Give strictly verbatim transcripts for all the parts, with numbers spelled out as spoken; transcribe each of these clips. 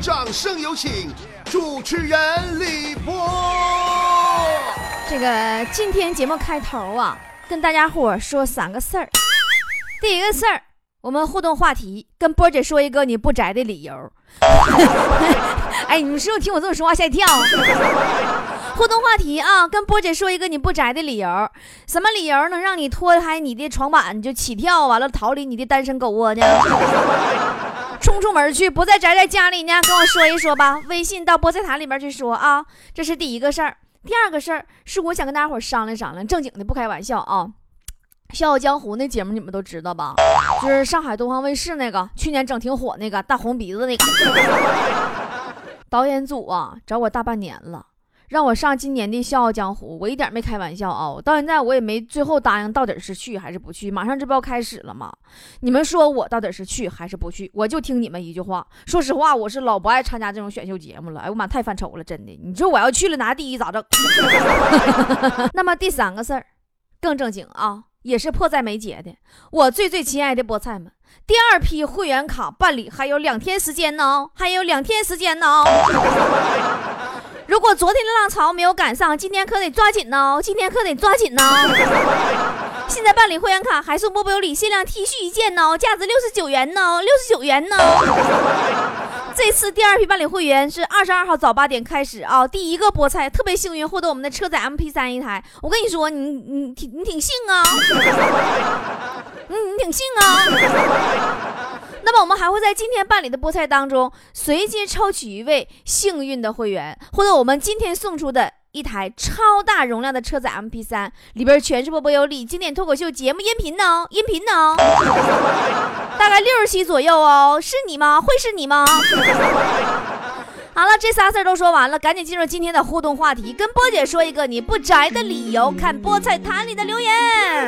掌声有请主持人李波。 这个今天节目开头啊，跟大家伙说三个事儿。第一个事儿，我们互动话题，跟波姐说一个你不宅的理由。哎，你们是不是听我这么说话吓一跳？互动话题啊，跟波姐说一个你不宅的理由。什么理由能让你脱开你的床板就起跳，完了逃离你的单身狗窝呢？冲出门去，不再宅在家里呢？跟我说一说吧，微信到菠菜坛里边去说啊。这是第一个事儿。第二个事儿是我想跟大家伙商量商量，正经的，不开玩笑啊。笑傲江湖那节目你们都知道吧？就是上海东方卫视那个去年整挺火那个大红鼻子那个导演组啊，找我大半年了，让我上今年的笑傲江湖，我一点没开玩笑啊！我到现在我也没最后答应到底是去还是不去，马上这不要开始了吗？你们说我到底是去还是不去？我就听你们一句话。说实话，我是老不爱参加这种选秀节目了，哎我妈太犯愁了，真的。你说我要去了拿第一咋整？那么第三个事儿更正经啊，也是迫在眉睫的。我最最亲爱的菠菜们，第二批会员卡办理还有两天时间呢，还有两天时间呢。如果昨天的浪潮没有赶上，今天可得抓紧呢，今天可得抓紧呢。现在办理会员卡还送波波有礼限量 T 恤一件呢，价值六十九元呢，六十九元呢。这次第二批办理会员是二十二号早八点开始啊！第一个菠菜特别幸运获得我们的车载 M P 三 一台，我跟你说，你你挺你挺幸啊，你你挺幸啊。那么我们还会在今天办理的菠菜当中随机抽取一位幸运的会员，获得我们今天送出的一台超大容量的车载 M P 三， 里边全是波波有理经典脱口秀节目音频呢，音频呢，大概六十期左右哦，是你吗？会是你吗？好了，这仨事儿都说完了，赶紧进入今天的互动话题，跟波姐说一个你不宅的理由。看菠菜坛里的留言。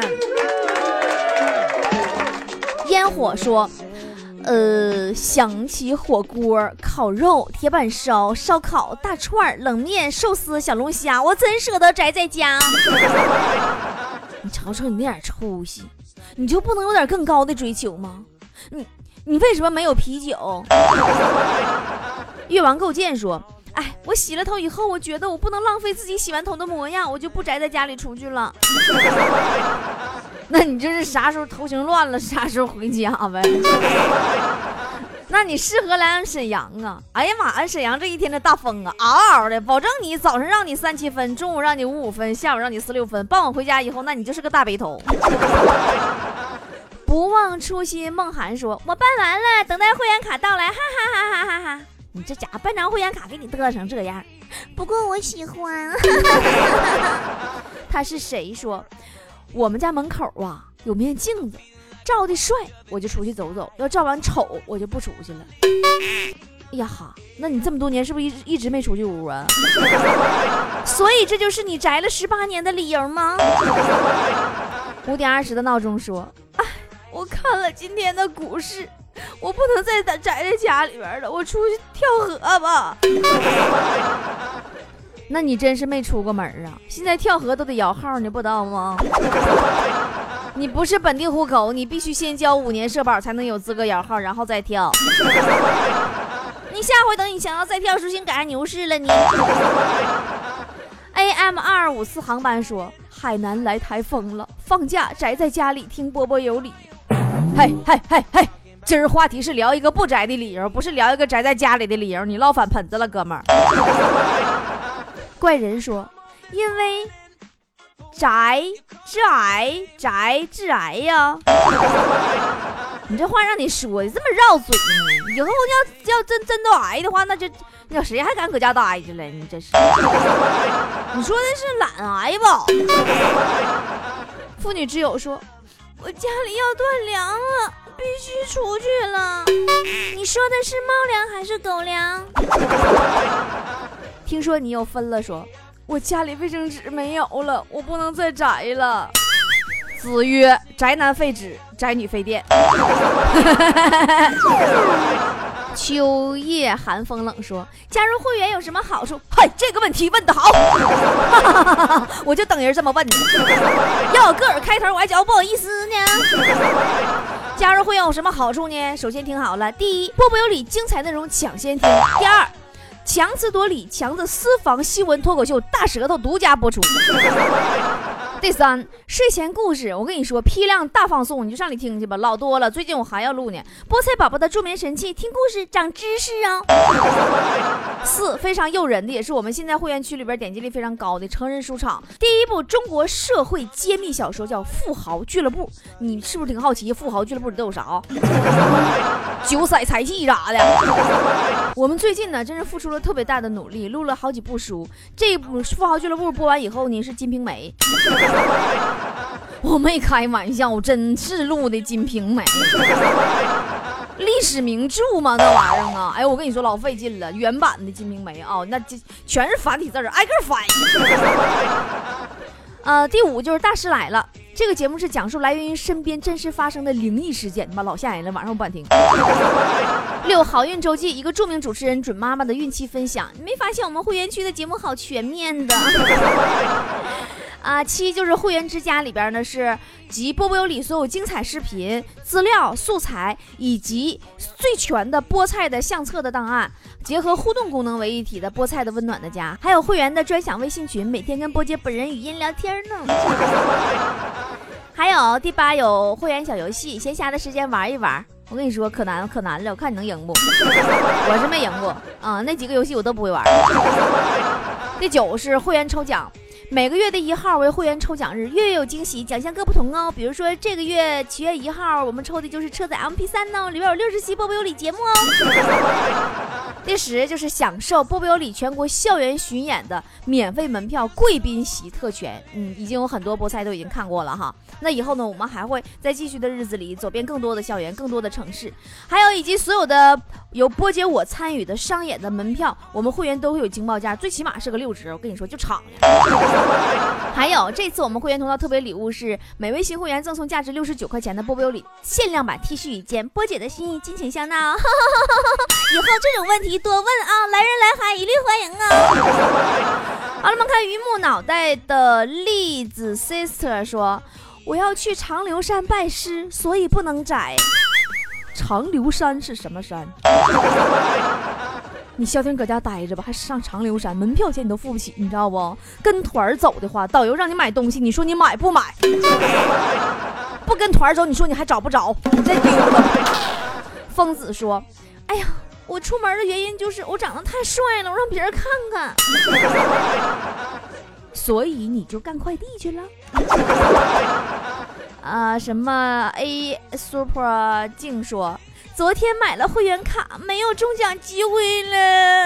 烟火说，呃，想起火锅、烤肉、铁板烧、烧烤、大串、冷面、寿司、小龙虾，我真舍得宅在家。你瞅瞅你那点出息，你就不能有点更高的追求吗？你你为什么没有啤酒？越王构建说，哎，我洗了头以后，我觉得我不能浪费自己洗完头的模样，我就不宅在家里出去了。那你这是啥时候头型乱了，啥时候回家呗？那你适合来俺沈阳啊！哎呀妈，俺沈阳这一天的大风啊，嗷嗷的，保证你早上让你三七分，中午让你五五分，下午让你四六分，傍晚回家以后，那你就是个大背头。不忘初心梦涵说，我办完了，等待会员卡到来，哈哈哈哈哈哈！你这家伙办张会员卡给你嘚成这样，不过我喜欢。他是谁说，我们家门口啊有面镜子，照的帅我就出去走走，要照完丑我就不出去了。哎呀哈，那你这么多年是不是一直一直没出去屋啊？所以这就是你宅了十八年的理由吗？五点二十的闹钟说，哎，我看了今天的股市，我不能再宅在家里边了，我出去跳河吧。那你真是没出过门啊！现在跳河都得摇号，你不知道吗？你不是本地户口，你必须先交五年社保才能有资格摇号，然后再跳。你下回等你想要再跳时，先赶上牛市了你。A M 二二五四航班说，海南来台风了，放假宅在家里听波波有理。嘿嘿嘿嘿，今儿话题是聊一个不宅的理由，不是聊一个宅在家里的理由，你落反盆子了，哥们儿。怪人说，因为宅致癌，宅致癌呀。你这话让你说的这么绕嘴呢？以后要要真真到癌的话，那就那谁还敢搁家待着了？你这是，你说的是懒癌吧？妇女之友说，我家里要断粮了，必须出去了。你说的是猫粮还是狗粮？听说你又分了，说我家里卫生纸没有了，我不能再宅了。子曰，宅男废纸，宅女废电。秋夜寒风冷说，加入会员有什么好处？嘿，这个问题问得好。我就等人这么问你。要我个儿开头，我还觉得不好意思呢。 加入会员有什么好处呢？首先听好了，第一，波波有理精彩内容抢先听；第二，强词夺理，强子私房新闻脱口秀大舌头独家播出。第三，睡前故事，我跟你说，批量大放送，你就上里听去吧，老多了。最近我还要录呢。菠菜宝宝的助眠神器，听故事长知识啊。四，非常诱人的，也是我们现在会员区里边点击率非常高的成人书场第一部中国社会揭秘小说，叫《富豪俱乐部》。你是不是挺好奇富豪俱乐部里都有啥？酒色财气啥的。我们最近呢，真是付出了特别大的努力，录了好几部书。这一部《富豪俱乐部》播完以后呢，是《金瓶梅》。我没开玩笑，我真是录的《金瓶梅》，历史名著嘛，那玩意儿啊！哎，我跟你说老费劲了，原版的《金瓶梅》啊、哦，那这全是繁体字，挨个翻译。呃，第五就是大师来了。这个节目是讲述来源于身边真实发生的灵异事件，他妈老吓人了，晚上我不敢听。六，好运周记，一个著名主持人准妈妈的孕期分享。你没发现我们会员区的节目好全面的？啊，七就是会员之家里边呢是集波波有理所有精彩视频资料素材以及最全的菠菜的相册的档案，结合互动功能为一体的菠菜的温暖的家，还有会员的专享微信群，每天跟波姐本人语音聊天呢。还有第八，有会员小游戏，闲暇的时间玩一玩。我跟你说可难可难了，我看你能赢不？我是没赢过啊、呃，那几个游戏我都不会玩。第九是会员抽奖，每个月的一号为会员抽奖日，月月有惊喜，奖项各不同哦。比如说这个月七月一号，我们抽的就是车载 M P 三 哦，里边有六十期波波有理节目哦。第十就是享受波波有理全国校园巡演的免费门票贵宾席特权，嗯，已经有很多菠菜都已经看过了哈。那以后呢，我们还会在继续的日子里走遍更多的校园，更多的城市，还有以及所有的由波姐我参与的商演的门票，我们会员都会有惊报价，最起码是个六折，我跟你说就敞了。还有这次我们会员通道特别礼物是每位新会员赠送价值六十九块钱的波波有理限量版 T 恤一件，波姐的心意敬请相纳哦。以后这种问题多问啊，来人来函一律欢迎啊。好了，我们看榆木脑袋的栗子 sister 说，我要去长流山拜师，所以不能宅。长流山是什么山？你消停搁家待着吧，还上长流山，门票钱你都付不起，你知道不？跟团走的话，导游让你买东西，你说你买不买？不跟团走，你说你还找不着？你再丢了。疯子说，哎呀，我出门的原因就是我长得太帅了，我让别人看看。所以你就干快递去了。啊、呃，什么 A Super 静说，昨天买了会员卡，没有中奖机会了。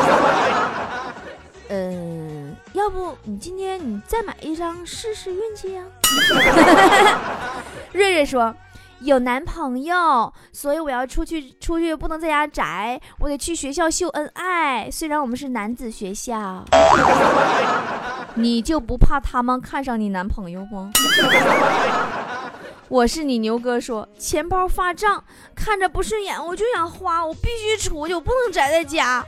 嗯、呃，要不你今天你再买一张试试运气呀、啊？瑞瑞说，有男朋友，所以我要出去出去，不能在家宅，我得去学校秀恩爱。虽然我们是男子学校，你就不怕他们看上你男朋友吗？我是你牛哥说，钱包发胀，看着不顺眼我就想花，我必须出去，我不能宅在家。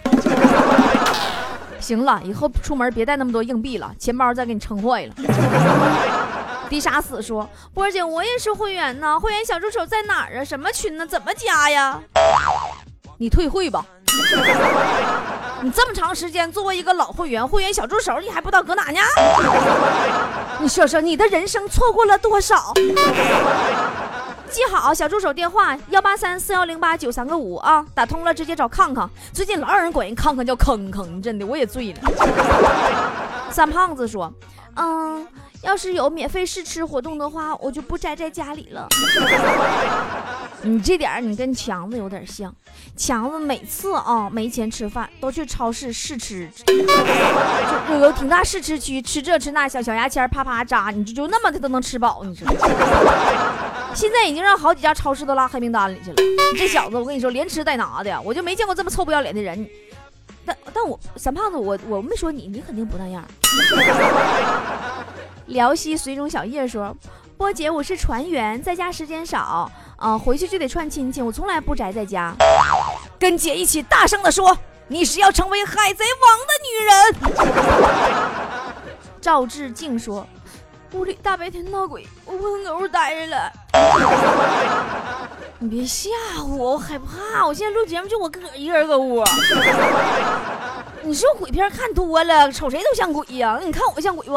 行了，以后出门别带那么多硬币了，钱包再给你撑坏了。迪傻死说，波姐我也是会员呢，会员小助手在哪儿啊？什么群呢？怎么加呀？你退会吧。你这么长时间作为一个老会员，会员小助手，你还不知道搁哪呢？你说说你的人生错过了多少？记好小助手电话幺八三四幺零八九三个五啊，打通了直接找康康。最近老有人管人康康叫坑坑，真的我也醉了。三胖子说，嗯，要是有免费试吃活动的话，我就不宅在家里了。你这点你跟强子有点像，强子每次啊没钱吃饭都去超市试吃，就有挺大试吃区，吃这吃那，小小牙签啪啪扎，你就就那么他都能吃饱，你知道吗？现在已经让好几家超市都拉黑名单里去了。你这小子我跟你说连吃带拿的，我就没见过这么臭不要脸的人。但但我三胖子我我没说你，你肯定不那样。辽西水中小叶说，波姐我是船员，在家时间少啊、呃，回去就得串亲戚，我从来不宅在家。跟姐一起大声地说，你是要成为海贼王的女人。赵志静说， 屋里大白天闹鬼，我不能搁屋待着了。你别吓唬我，我害怕。我现在录节目就我哥一个人搁屋。你说鬼片看多了，瞅谁都像鬼呀、啊。你看我像鬼不？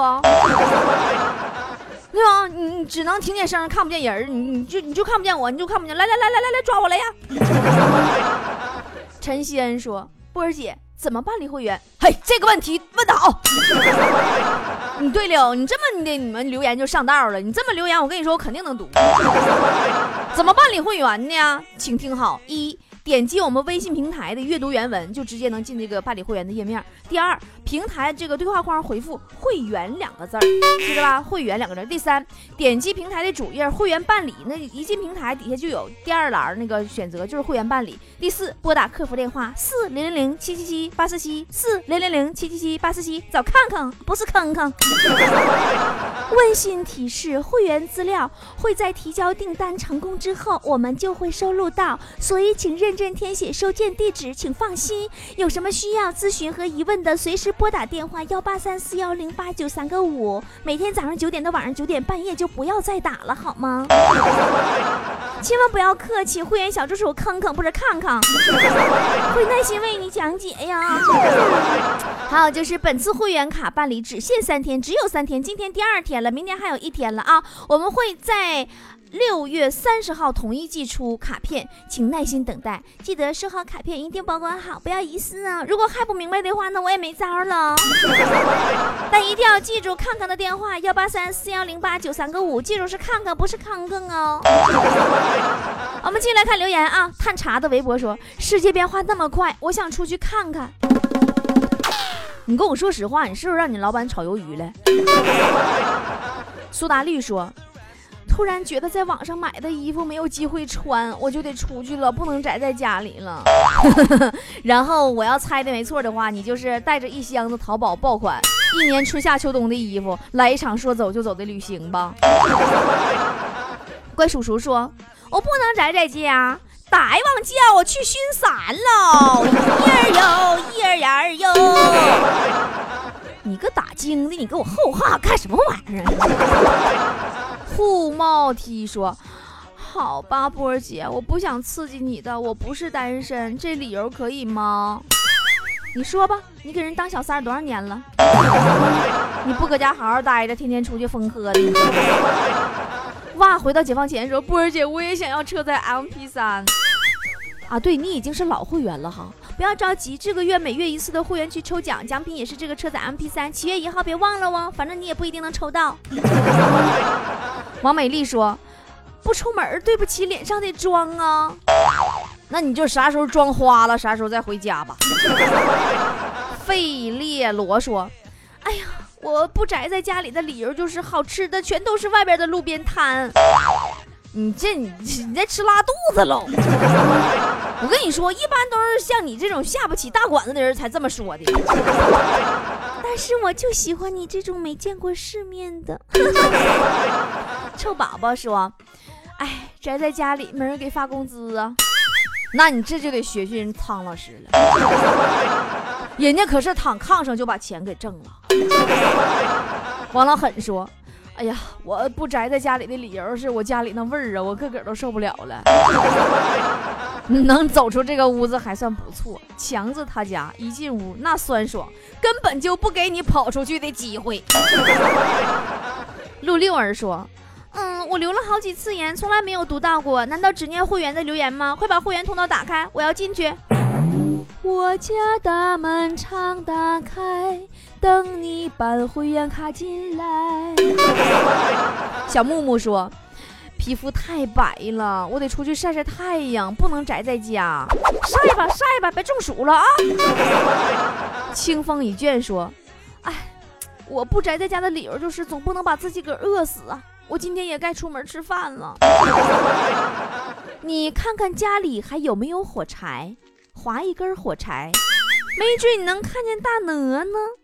对吧？你你只能听见声，看不见人，你你就你就看不见我，你就看不见。来来来来来来，抓我来呀！陈希恩说：“波儿姐，怎么办理会员？”嘿，这个问题问得好。你对了，你这么的你们留言就上道了。你这么留言，我跟你说，我肯定能读。怎么办理会员呢？请听好：一，点击我们微信平台的阅读原文，就直接能进这个办理会员的页面。第二，平台这个对话框回复会员两个字儿，记得吧？会员两个字。第三，点击平台的主页会员办理，那一进平台底下就有第二栏那个选择，就是会员办理。第四，拨打客服电话四零零零七七七八四七四零零零七七七八四七，找看看，不是坑坑。温馨提示：会员资料会在提交订单成功之后，我们就会收录到，所以请认真填写收件地址，请放心。有什么需要咨询和疑问的，随时拨打电话幺八三四幺零八九三个五。每天早上九点到晚上九点，半夜就不要再打了，好吗？千万不要客气，会员小助手坑坑不是看看，会耐心为你讲解呀。还有就是本次会员卡办理只限三天，只有三天，今天第二天了，明天还有一天了啊！我们会在六月三十号统一寄出卡片，请耐心等待。记得收好卡片一定保管好，不要遗失啊！如果还不明白的话，那我也没招了。但一定要记住看看的电话幺八三四幺零八九三个五，记住是看看，不是康康哦。我们继续来看留言啊！探查的微博说：世界变化那么快，我想出去看看。你跟我说实话，你是不是让你老板炒鱿鱼了？苏打绿说：突然觉得在网上买的衣服没有机会穿，我就得出去了，不能宅在家里了。然后我要猜的没错的话，你就是带着一箱子淘宝爆款一年春夏秋冬的衣服，来一场说走就走的旅行吧。怪叔叔说：我不能宅在家，大王叫我去巡山喽，一儿游一儿呀儿游。你个打精的，你给我后话干什么玩意儿？护帽 T 说：好吧，波儿姐，我不想刺激你的，我不是单身，这理由可以吗？你说吧，你给人当小三多少年了？你不搁家好好待着，天天出去疯喝的。哇，回到解放前说：波儿姐，我也想要车载 M P 三。啊，对，你已经是老会员了哈，不要着急，这个月每月一次的会员去抽奖，奖品也是这个车载 M P 三， 七月一号别忘了哦，反正你也不一定能抽到。王美丽说：不出门对不起脸上的妆啊，那你就啥时候妆花了啥时候再回家吧。费列罗说：哎呀，我不宅在家里的理由就是好吃的全都是外边的路边摊。你这你你在吃拉肚子喽！我跟你说，一般都是像你这种下不起大馆子的人才这么说的。但是我就喜欢你这种没见过世面的。臭宝宝说：哎，宅在家里没人给发工资啊，那你这就得学学人苍老师了，人家可是躺炕上就把钱给挣了。王老狠说：哎呀，我不宅在家里的理由是我家里那味儿啊，我个个都受不了了。能走出这个屋子还算不错，强子他家一进屋那酸爽，根本就不给你跑出去的机会。陆六儿说：嗯，我留了好几次言，从来没有读到过，难道只念会员的留言吗？快把会员通道打开，我要进去。我家大门常打开，等你办会员卡进来。小木木说：皮肤太白了，我得出去晒晒太阳，不能宅在家。晒吧晒吧，别中暑了啊。清风一卷说：哎，我不宅在家的理由就是总不能把自己给饿死啊，我今天也该出门吃饭了。你看看家里还有没有火柴，划一根火柴，没准你能看见大鹅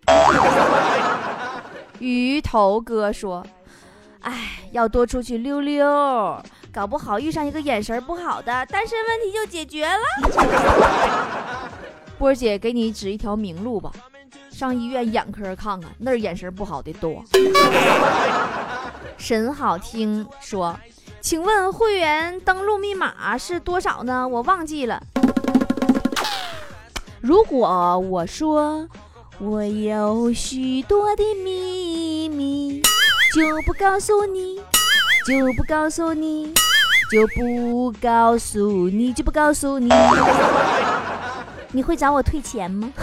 呢。鱼头哥说：哎，要多出去溜溜，搞不好遇上一个眼神不好的，单身问题就解决了。波姐给你指一条明路吧，上医院眼科看看，那儿眼神不好的多。 神好听说，请问会员登录密码是多少呢？我忘记了。如果我说我有许多的秘密，就不告诉你，就不告诉你，就不告诉你，就不告诉你，你会找我退钱吗？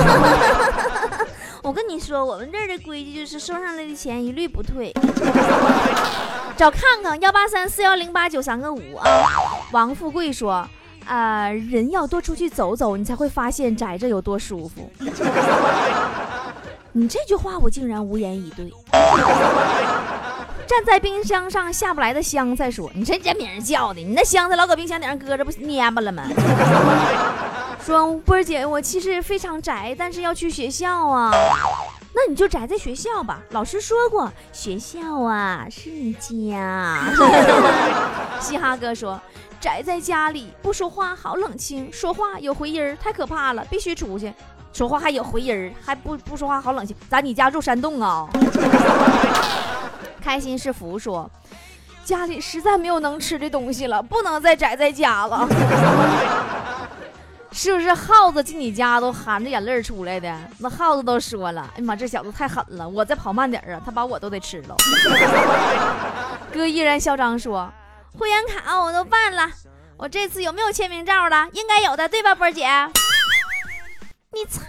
我跟你说，我们这儿的规矩就是收上来的钱一律不退。找看看幺八三四幺零八九三个五啊。王富贵说，呃，人要多出去走走，你才会发现宅着有多舒服。你这句话我竟然无言以对。站在冰箱上下不来的香菜说，你这这名叫的，你那香菜老搁冰箱顶上搁着不蔫巴了吗？说波儿姐，我其实非常宅，但是要去学校啊。那你就宅在学校吧，老师说过，学校啊是你家。嘻哈哥说，宅在家里不说话好冷清，说话有回音太可怕了，必须出去。说话还有回音还不不说话好冷清，咋你家住山洞啊？开心是福说，家里实在没有能吃的东西了，不能再宅在家了。是不是耗子进你家都含着眼泪出来的？那耗子都说了，哎呀妈，这小子太狠了，我再跑慢点啊，他把我都得吃了。哥依然嚣张说，会员卡我都办了，我这次有没有签名照了？应该有的，对吧，波姐？你猜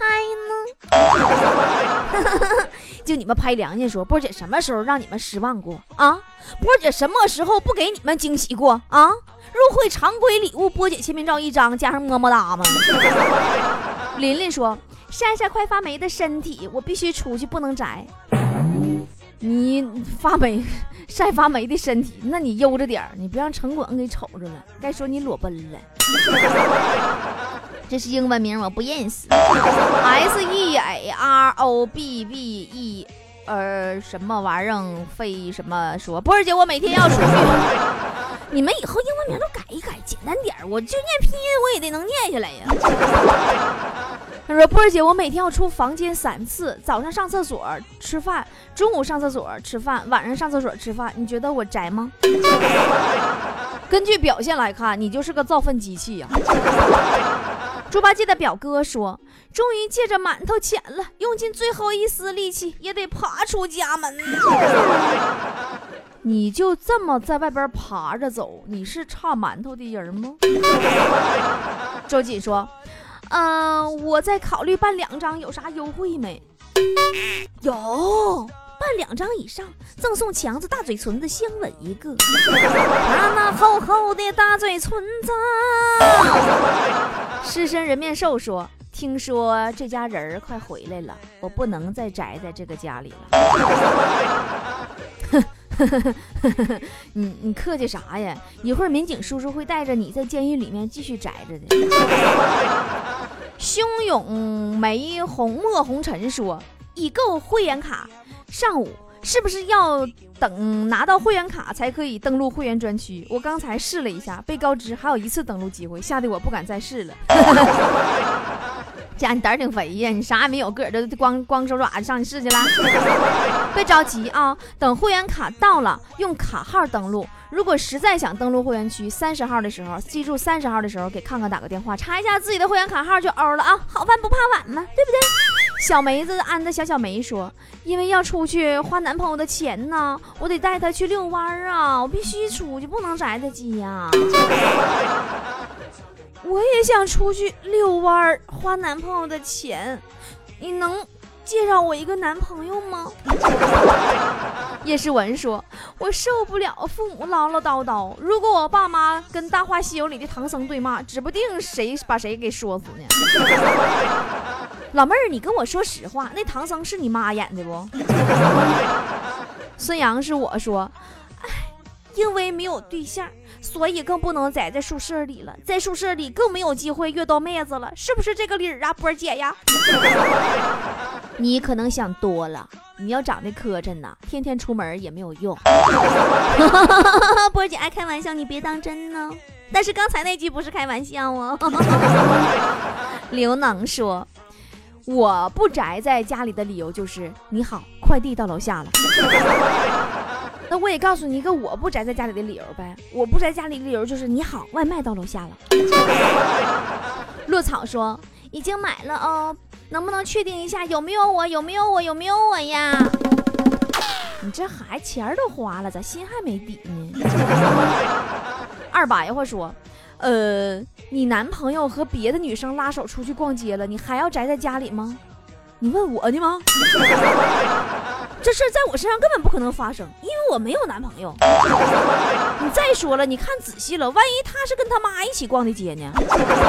呢？就你们拍良心说，波姐什么时候让你们失望过啊？波姐什么时候不给你们惊喜过啊？入会常规礼物，波姐签名照一张，加上么么哒吗？琳琳说，晒晒快发霉的身体，我必须出去，不能宅。你发霉晒发霉的身体，那你悠着点，你不让城管给瞅着了，该说你裸奔了。这是英文名，我不认识。S E A R O B B E， 呃，什么玩意儿？非什么说？波儿姐，我每天要出去。你们以后英文名都改一改，简单点，我就念拼音，我也得能念下来呀。他说，波儿姐，我每天要出房间三次，早上上厕所吃饭，中午上厕所吃饭，晚上上厕所吃饭，你觉得我宅吗？根据表现来看，你就是个造粪机器呀、啊。猪八戒的表哥说，终于借着馒头钱了，用尽最后一丝力气也得爬出家门。你就这么在外边爬着走，你是差馒头的人吗？周瑾说，嗯、呃，我在考虑办两张，有啥优惠没？有，办两张以上赠送强子大嘴唇子香吻一个。他那厚厚的大嘴唇子。狮身人面兽说，听说这家人快回来了，我不能再宅在这个家里了。你你客气啥呀？一会儿民警叔叔会带着你在监狱里面继续宅着的。汹涌梅红墨红尘说，已购会员卡，上午是不是要等拿到会员卡才可以登录会员专区？我刚才试了一下，被告知还有一次登录机会，吓得我不敢再试了。家你胆儿挺肥呀，你啥也没有，个儿都光光手爪上你试去了。别着急啊，等会员卡到了，用卡号登录。如果实在想登录会员区，三十号的时候，记住三十号的时候给看看打个电话，查一下自己的会员卡号就欧了啊！好饭不怕晚嘛，对不对？小梅子安的小小梅说，因为要出去花男朋友的钱呢，我得带他去遛弯啊，我必须出去，不能宅在家。我也想出去遛弯，花男朋友的钱，你能介绍我一个男朋友吗？叶诗文说，我受不了父母唠唠叨叨，如果我爸妈跟大话西游里的唐僧对骂，指不定谁把谁给说死呢。老妹儿，你跟我说实话，那唐僧是你妈演的不？孙杨是我说，哎，因为没有对象，所以更不能宅在宿舍里了，在宿舍里更没有机会遇到妹子了，是不是这个理儿啊，波儿姐呀？你可能想多了，你要长得磕碜呐，天天出门也没有用。波儿姐爱开玩笑，你别当真呢。但是刚才那句不是开玩笑哦。刘能说，我不宅在家里的理由就是，你好，快递到楼下了。 那我也告诉你一个我不宅在家里的理由呗。我不宅家里的理由就是你好，外卖到楼下了。落草说已经买了哦，能不能确定一下有没有我？有没有我？有没有我呀？你这孩子钱都花了，咋心还没底呢？二白话说，呃，你男朋友和别的女生拉手出去逛街了，你还要宅在家里吗？你问我呢吗？这事在我身上根本不可能发生，因为我没有男朋友。你再说了，你看仔细了，万一他是跟他妈一起逛的街呢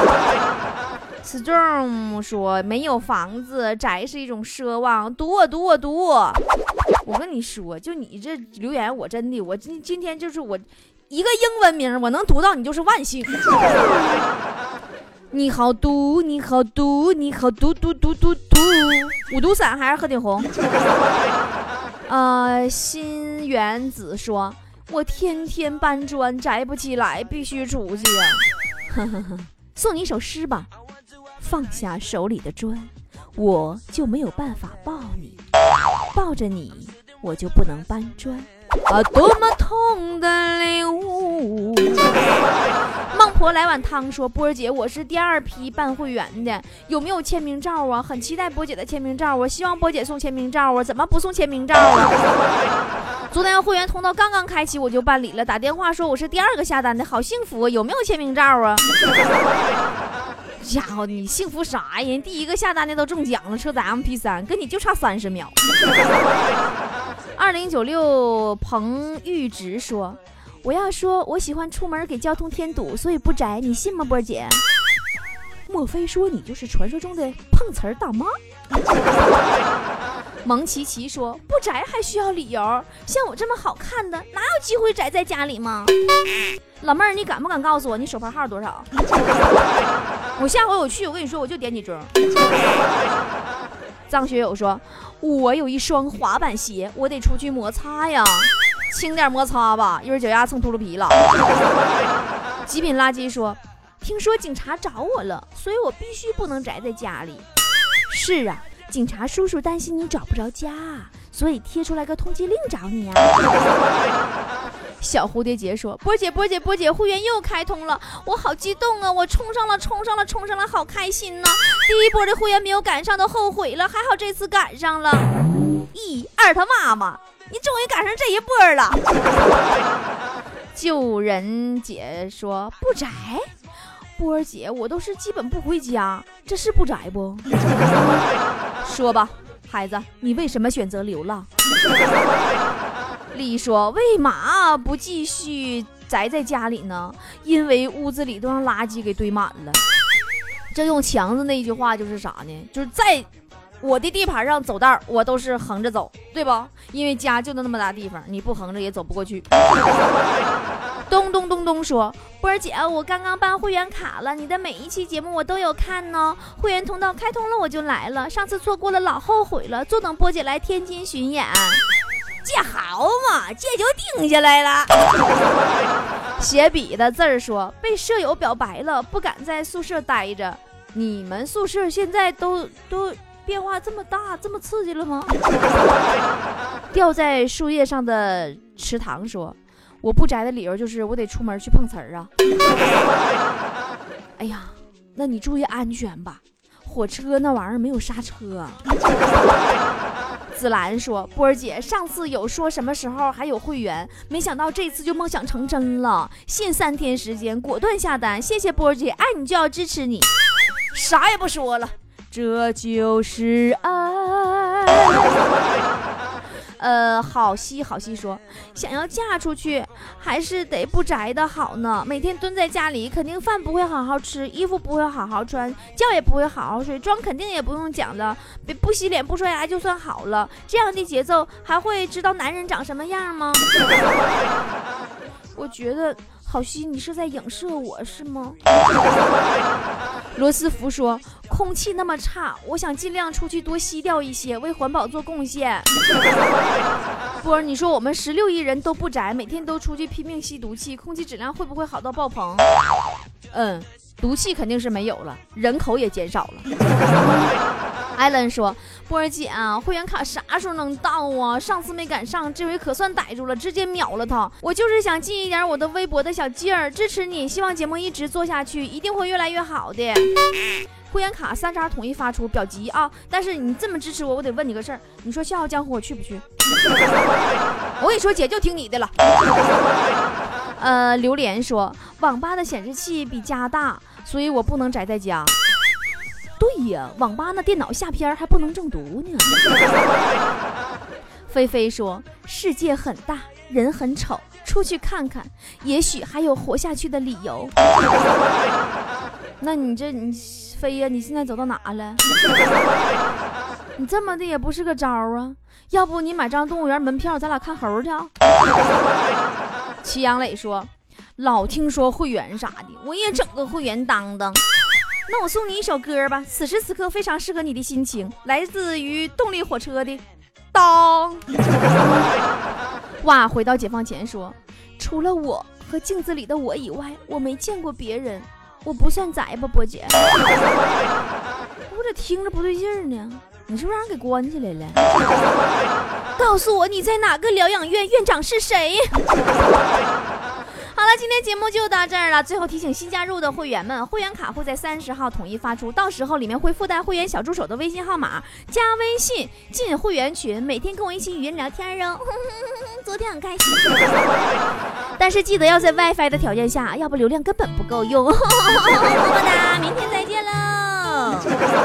？Storm 说没有房子，宅是一种奢望，读我读我读我。我跟你说，就你这留言，我真的，我今今天就是我一个英文名，我能读到你就是万幸。你好读，你好读，你好读读读读读。五毒散还是鹤顶红？呃，新原子说，我天天搬砖，宅不起来，必须出去呀。送你一首诗吧，放下手里的砖，我就没有办法抱你，抱着你，我就不能搬砖。啊，多么痛的领悟！孟婆来碗汤说，波儿姐，我是第二批办会员的，有没有签名照啊？很期待波姐的签名照，我希望波姐送签名照啊，怎么不送签名照啊？昨天会员通道刚刚开启我就办理了，打电话说我是第二个下单的，好幸福，有没有签名照啊？家伙，你幸福啥呀？人第一个下单的都中奖了，车载 M P 三，跟你就差三十秒。二零九六彭玉直说，我要说我喜欢出门给交通添堵，所以不宅，你信吗，波姐？莫非说你就是传说中的碰瓷儿大妈？蒙奇奇说，不宅还需要理由，像我这么好看的哪有机会宅在家里吗？老妹儿，你敢不敢告诉我你手牌号多少？我下回我去，我跟你说，我就点你钟。张学友说，我有一双滑板鞋，我得出去摩擦呀，轻点摩擦吧，一会儿脚丫蹭秃噜皮了。极品垃圾说，听说警察找我了，所以我必须不能宅在家里。是啊，警察叔叔担心你找不着家，所以贴出来个通缉令找你啊。小蝴蝶结说，波姐波姐波姐，会员又开通了，我好激动啊，我冲上了冲上了冲上了，好开心呢、啊、第一波的会员没有赶上都后悔了，还好这次赶上了。咦，二他妈妈，你终于赶上这一波了。救人姐说，不宅，波儿姐，我都是基本不回家，这是不宅不？说吧，孩子，你为什么选择流浪？丽说，为嘛不继续宅在家里呢？因为屋子里都让垃圾给堆满了。这用强子那一句话就是啥呢？就是在我的地盘上走道，我都是横着走，对吧？因为家就那么大地方，你不横着也走不过去。咚咚咚咚说，波儿姐，我刚刚办会员卡了，你的每一期节目我都有看呢，会员通道开通了我就来了，上次错过了老后悔了，坐等波姐来天津巡演。这好嘛，这就定下来了。写笔的字儿说，被舍友表白了，不敢在宿舍待着。你们宿舍现在都都变化这么大，这么刺激了吗？掉在树叶上的池塘说，我不宅的理由就是我得出门去碰瓷儿啊。哎呀，那你注意安全吧，火车那玩意儿没有刹车啊。紫兰说，波儿姐，上次有说什么时候还有会员，没想到这次就梦想成真了，限三天时间果断下单，谢谢波儿姐，爱你就要支持你，啥也不说了，这就是爱。呃，好西好西说，想要嫁出去还是得不宅的好呢，每天蹲在家里肯定饭不会好好吃，衣服不会好好穿，觉也不会好好睡，妆肯定也不用讲了，不洗脸不刷牙就算好了，这样的节奏还会知道男人长什么样吗？我觉得好西你是在影射我是吗？罗斯福说，空气那么差，我想尽量出去多吸掉一些，为环保做贡献。波儿，你说我们十六亿人都不宅，每天都出去拼命吸毒气，空气质量会不会好到爆棚？嗯，毒气肯定是没有了，人口也减少了。 艾伦说，波儿姐啊，会员卡啥时候能到啊？上次没赶上，这回可算逮住了，直接秒了他。我就是想尽一点我的微薄的小劲儿支持你，希望节目一直做下去，一定会越来越好的。会员卡三十统一发出，表急啊！但是你这么支持我，我得问你个事儿，你说笑傲江湖我去不去？我跟你说，姐就听你的了。呃，榴莲说，网吧的显示器比家大，所以我不能宅在家。对呀，网吧那电脑下片还不能中毒呢。菲菲说，世界很大，人很丑，出去看看，也许还有活下去的理由。那你这你飞呀，你现在走到哪了？你这么的也不是个招啊！要不你买张动物园门票，咱俩看猴去。齐阳磊说，老听说会员啥的，我也整个会员当当。那我送你一首歌吧，此时此刻非常适合你的心情，来自于动力火车的当。哇，回到解放前说，除了我和镜子里的我以外，我没见过别人，我不算宅吧，波姐。我这听着不对劲儿呢，你是不是让人给关起来了？告诉我你在哪个疗养院，院长是谁？好了，今天节目就到这儿了。最后提醒新加入的会员们，会员卡会在三十号统一发出，到时候里面会附带会员小助手的微信号码，加微信进会员群，每天跟我一起语音聊天哦。昨天很开心，但是记得要在 WiFi 的条件下，要不流量根本不够用。么么哒，明天再见喽。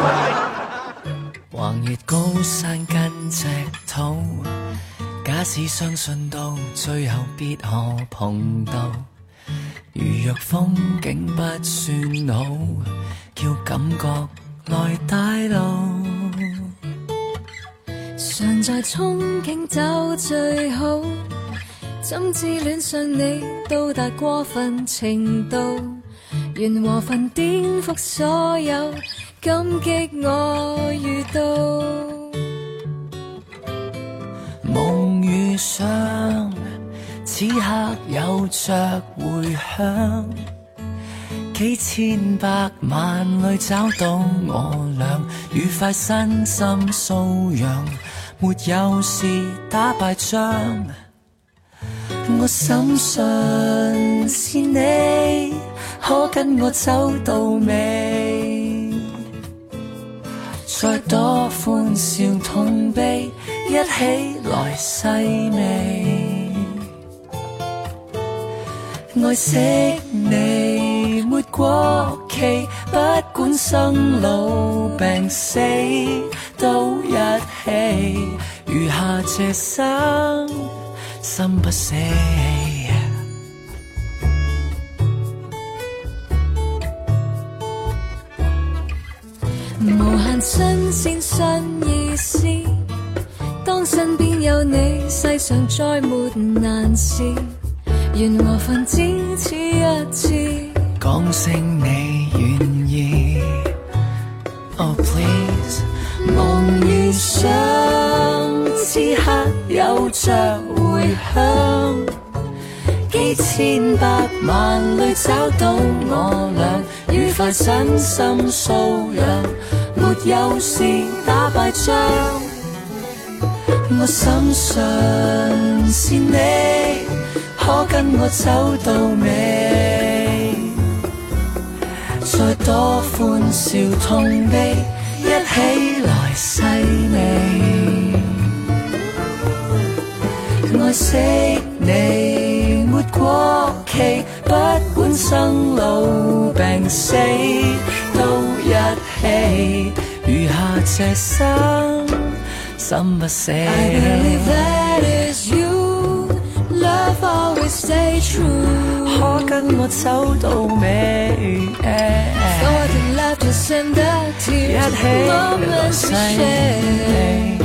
橫越高山跟赤土，假使相信到最後必可碰到，如若風景不算好，叫感覺來帶路，常在憧憬找最好，怎知戀上你到達過分程度，緣和份顛覆所有，感激我遇到。夢遇上，此刻有着回響，幾千百萬裏找到我倆，愉快身心素養，沒有事打敗仗。我深信是你，可跟我走到尾，再多歡笑痛悲，一起來細味。愛惜你沒過期，不管生老病死都一起，餘下這生心不死。無限新鮮新意思，當身邊有你，世上再沒難事，緣和份只此一次，講聲你願意。Oh please， 夢遇上，此刻有着回響，幾千百萬裏找到我倆，愉快身心素養，沒有事打敗仗。我深信是你，可跟我走到尾，再多歡笑痛悲，一起來細味。愛惜你沒過期，不管生老病死都一起，餘下這生心不死。I believe that is you, love always stay true， 可跟我走到尾。For the love to send the tears， moments we share。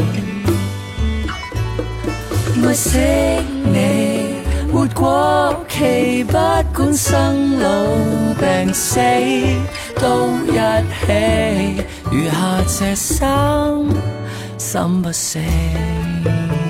愛惜你沒過期，不管生老病死都一起，餘下這生心不死。